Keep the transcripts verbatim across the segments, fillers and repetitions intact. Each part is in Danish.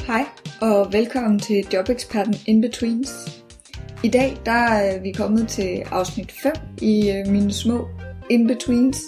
Hej og velkommen til Jobeksperten In-Betweens. I dag der er vi kommet til afsnit fem i øh, mine små In-Betweens.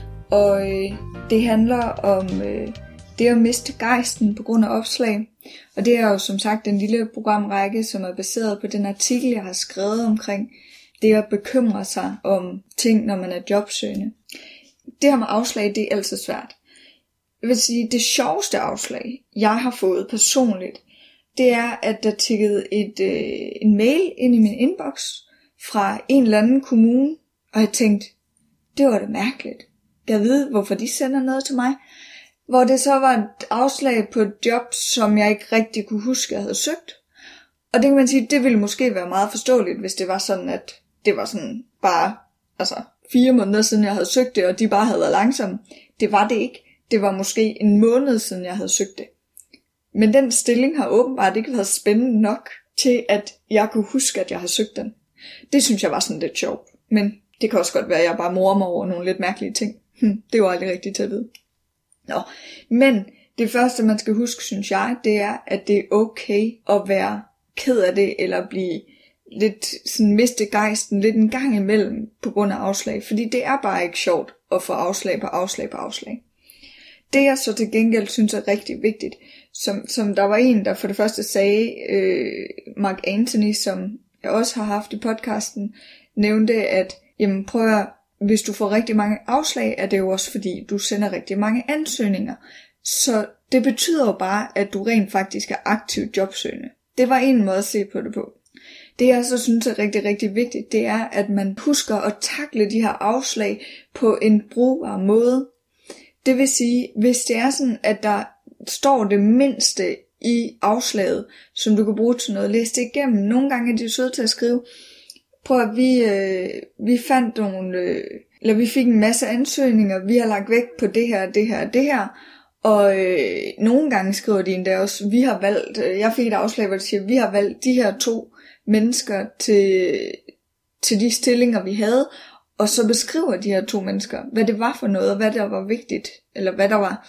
Og øh, det handler om øh, det at miste gejsten på grund af opslag. Og det er jo som sagt en lille programrække, som er baseret på den artikel, jeg har skrevet omkring det at bekymre sig om ting, når man er jobsøgende. Det her med afslag, det er altid svært. Jeg vil sige, det sjoveste afslag, jeg har fået personligt, det er, at der tikkede et, øh, en mail ind i min inbox fra en eller anden kommune, og jeg tænkte, det var da mærkeligt. Jeg ved, hvorfor de sender noget til mig. Hvor det så var et afslag på et job, som jeg ikke rigtig kunne huske, jeg havde søgt. Og det kan man sige, det ville måske være meget forståeligt, hvis det var sådan, at det var sådan bare altså fire måneder siden, jeg havde søgt det, og de bare havde været langsomme. Det var det ikke. Det var måske en måned siden, jeg havde søgt det. Men den stilling har åbenbart ikke været spændende nok til, at jeg kunne huske, at jeg havde søgt den. Det synes jeg var sådan lidt sjovt. Men det kan også godt være, at jeg bare morer mig over nogle lidt mærkelige ting. Hm, det var aldrig rigtigt til at vide. Nå, men det første, man skal huske, synes jeg, det er, at det er okay at være ked af det, eller blive lidt sådan miste gejsten lidt en gang imellem på grund af afslag. Fordi det er bare ikke sjovt at få afslag på afslag på afslag. Det jeg så til gengæld synes er rigtig vigtigt, som, som der var en, der for det første sagde, øh, Mark Anthony, som jeg også har haft i podcasten, nævnte, at jamen prøv at, hvis du får rigtig mange afslag, er det jo også fordi, du sender rigtig mange ansøgninger. Så det betyder jo bare, at du rent faktisk er aktivt jobsøgende. Det var en måde at se på det på. Det jeg så synes er rigtig, rigtig vigtigt, det er, at man husker at takle de her afslag på en brugbar måde. Det vil sige, hvis det er sådan, at der står det mindste i afslaget, som du kan bruge til noget, læs det igennem. Nogle gange er de søde til at skrive, prøv at vi, øh, vi fandt nogle, øh, eller vi fik en masse ansøgninger, vi har lagt vægt på det her, det her, det her, og øh, nogle gange skriver de endda også, vi har valgt, øh, jeg fik et afslag, hvor de siger, vi har valgt de her to mennesker til, til de stillinger, vi havde, og så beskriver de her to mennesker, hvad det var for noget, og hvad der var vigtigt, eller hvad der var,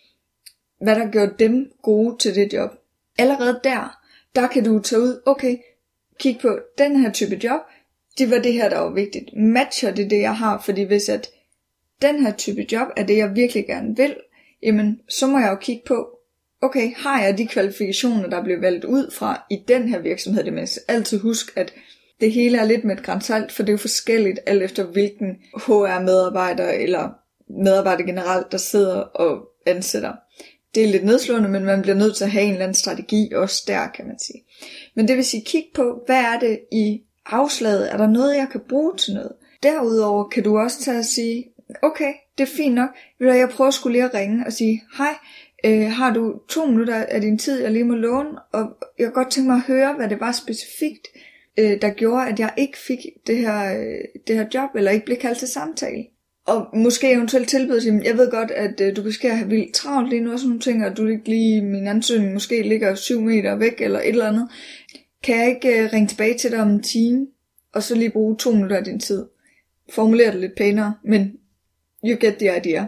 hvad der gjorde dem gode til det job. Allerede der, der kan du tage ud, okay, kig på den her type job, det var det her, der var vigtigt. Matcher det det, jeg har, fordi hvis at den her type job er det, jeg virkelig gerne vil, jamen, så må jeg jo kigge på, okay, har jeg de kvalifikationer, der blev valgt ud fra i den her virksomhed, det mindst altid husk, at det hele er lidt med et gran salt, for det er jo forskelligt, alt efter hvilken H R-medarbejder eller medarbejder generelt, der sidder og ansætter. Det er lidt nedslående, men man bliver nødt til at have en eller anden strategi også der, kan man sige. Men det vil sige, kig på, hvad er det i afslaget? Er der noget, jeg kan bruge til noget? Derudover kan du også tage og sige, okay, det er fint nok. Jeg prøver skulle lige at ringe og sige, hej, øh, har du to minutter af din tid, jeg lige må låne? Og jeg kan godt tænke mig at høre, hvad det var specifikt, der gjorde, at jeg ikke fik det her, det her job, eller ikke blev kaldt til samtale. Og måske eventuelt tilbyde, jeg ved godt, at du kan skære have vildt travlt lige nu, og sådan nogle ting, og du ikke lige, min ansøgning måske ligger syv meter væk, eller et eller andet. Kan jeg ikke ringe tilbage til dig om en time, og så lige bruge to minutter af din tid? Formulere det lidt pænere, men you get the idea.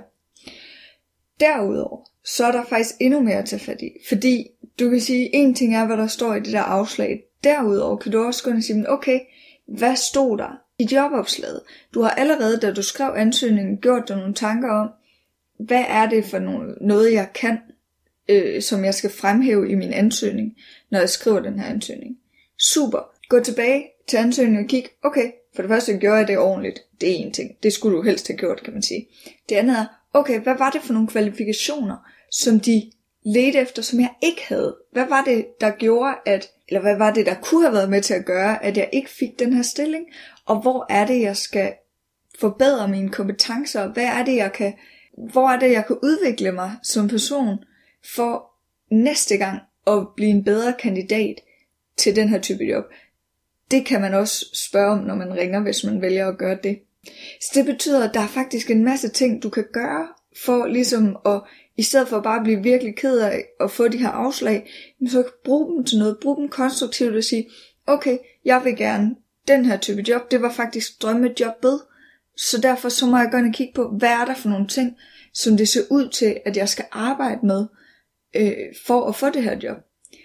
Derudover, så er der faktisk endnu mere at tage fat i, fordi du kan sige, en ting er, hvad der står i det der afslag. Derudover kan du også gå ind og sige, okay, hvad stod der i jobopslaget? Du har allerede, da du skrev ansøgningen, gjort dig nogle tanker om, hvad er det for noget, jeg kan, øh, som jeg skal fremhæve i min ansøgning, når jeg skriver den her ansøgning. Super. Gå tilbage til ansøgningen og kig, okay, for det første gjorde jeg det ordentligt. Det er en ting. Det skulle du helst have gjort, kan man sige. Det andet er, okay, hvad var det for nogle kvalifikationer, som de ledte efter, som jeg ikke havde? Hvad var det, der gjorde, at eller hvad var det, der kunne have været med til at gøre, at jeg ikke fik den her stilling? Og hvor er det, jeg skal forbedre mine kompetencer? Hvad er det, jeg kan, hvor er det, jeg kan udvikle mig som person for næste gang at blive en bedre kandidat til den her type job? Det kan man også spørge om, når man ringer, hvis man vælger at gøre det. Så det betyder, at der er faktisk en masse ting, du kan gøre for ligesom at, i stedet for bare at blive virkelig ked af at få de her afslag, så kan bruge dem til noget, bruge dem konstruktivt og sige, okay, jeg vil gerne den her type job, det var faktisk drømmejobbet, så derfor så må jeg gå ind og kigge på, hvad er der for nogle ting, som det ser ud til, at jeg skal arbejde med, øh, for at få det her job.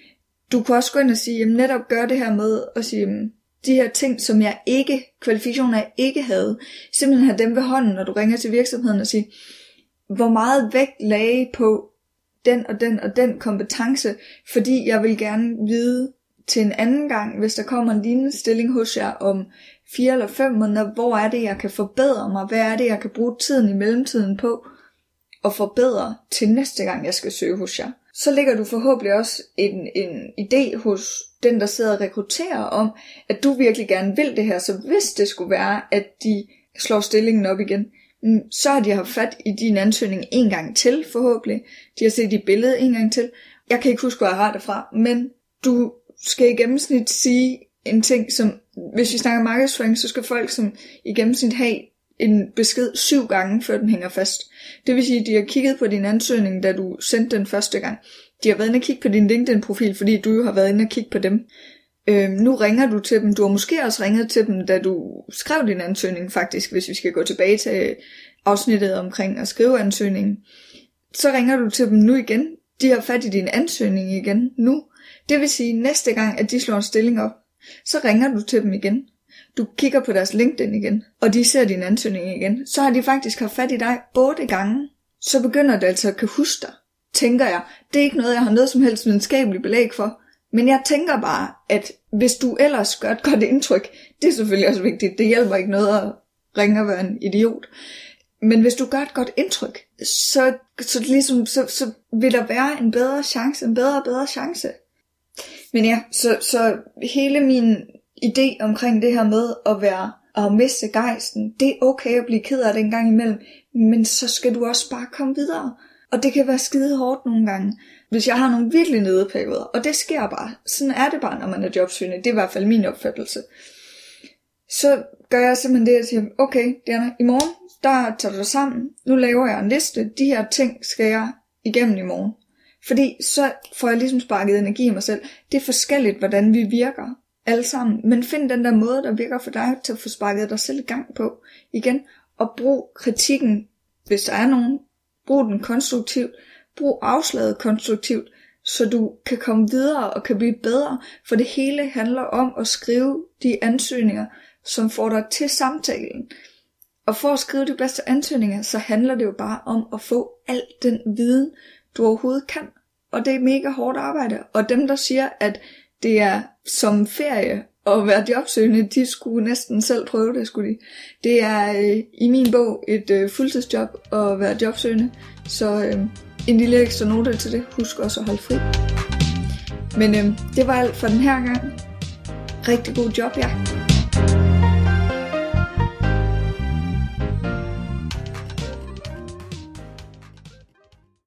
Du kunne også gå ind og sige, jamen netop gør det her med at sige, jamen, de her ting, som jeg ikke, kvalifikationer jeg ikke havde, simpelthen have dem ved hånden, når du ringer til virksomheden og siger, hvor meget vægt lagde på den og den og den kompetence, fordi jeg vil gerne vide til en anden gang, hvis der kommer en lignende stilling hos jer om fire eller fem måneder, hvor er det, jeg kan forbedre mig, hvad er det, jeg kan bruge tiden i mellemtiden på, og forbedre til næste gang, jeg skal søge hos jer. Så ligger du forhåbentlig også en, en idé hos den, der sidder og rekrutterer om, at du virkelig gerne vil det her, så hvis det skulle være, at de slår stillingen op igen, så har de haft fat i din ansøgning en gang til forhåbentlig. De har set dit billede en gang til. Jeg kan ikke huske, hvor jeg har det fra, men du skal i gennemsnit sige en ting, som, hvis vi snakker markedsføring, så skal folk som i gennemsnit have en besked syv gange, før den hænger fast. Det vil sige, at de har kigget på din ansøgning, da du sendte den første gang. De har været inde og kigge på din LinkedIn-profil, fordi du jo har været inde og kigge på dem. Øhm, nu ringer du til dem. Du har måske også ringet til dem, da du skrev din ansøgning faktisk, hvis vi skal gå tilbage til afsnittet omkring at skrive ansøgningen. Så ringer du til dem nu igen. De har fat i din ansøgning igen nu. Det vil sige, næste gang, at de slår en stilling op, så ringer du til dem igen. Du kigger på deres LinkedIn igen, og de ser din ansøgning igen. Så har de faktisk haft fat i dig otte gange. Så begynder det altså at kan huske dig, tænker jeg. Det er ikke noget, jeg har noget som helst videnskabeligt belæg for. Men jeg tænker bare, at hvis du ellers gør et godt indtryk, det er selvfølgelig også vigtigt. Det hjælper ikke noget at ringe og være en idiot. Men hvis du gør et godt indtryk, så, så, ligesom, så, så vil der være en bedre chance, en bedre og bedre chance. Men ja, så, så hele min idé omkring det her med at være og miste gejsten, det er okay at blive ked af det en gang imellem, men så skal du også bare komme videre. Og det kan være skide hårdt nogle gange, hvis jeg har nogle virkelig nedeperioder, og det sker bare. Sådan er det bare, når man er jobsøgende. Det er i hvert fald min opfattelse. Så gør jeg simpelthen det, at jeg siger, okay, Diana, i morgen, der tager du dig sammen. Nu laver jeg en liste. De her ting skal jeg igennem i morgen. Fordi så får jeg ligesom sparket energi i mig selv. Det er forskelligt, hvordan vi virker alle sammen. Men find den der måde, der virker for dig, til at få sparket dig selv i gang på igen. Og brug kritikken, hvis der er nogen. Brug den konstruktivt. Brug afslaget konstruktivt, så du kan komme videre og kan blive bedre. For det hele handler om at skrive de ansøgninger, som får dig til samtalen. Og for at skrive de bedste ansøgninger, så handler det jo bare om at få al den viden, du overhovedet kan. Og det er mega hårdt arbejde. Og dem, der siger, at det er som ferie at være jobsøgende, de skulle næsten selv prøve det, skulle de. Det er øh, i min bog et øh, fuldtidsjob at være jobsøgende. Så øh, en lille ekstra note til det. Husk også at holde fri. Men øh, det var alt for den her gang. Rigtig god job, ja.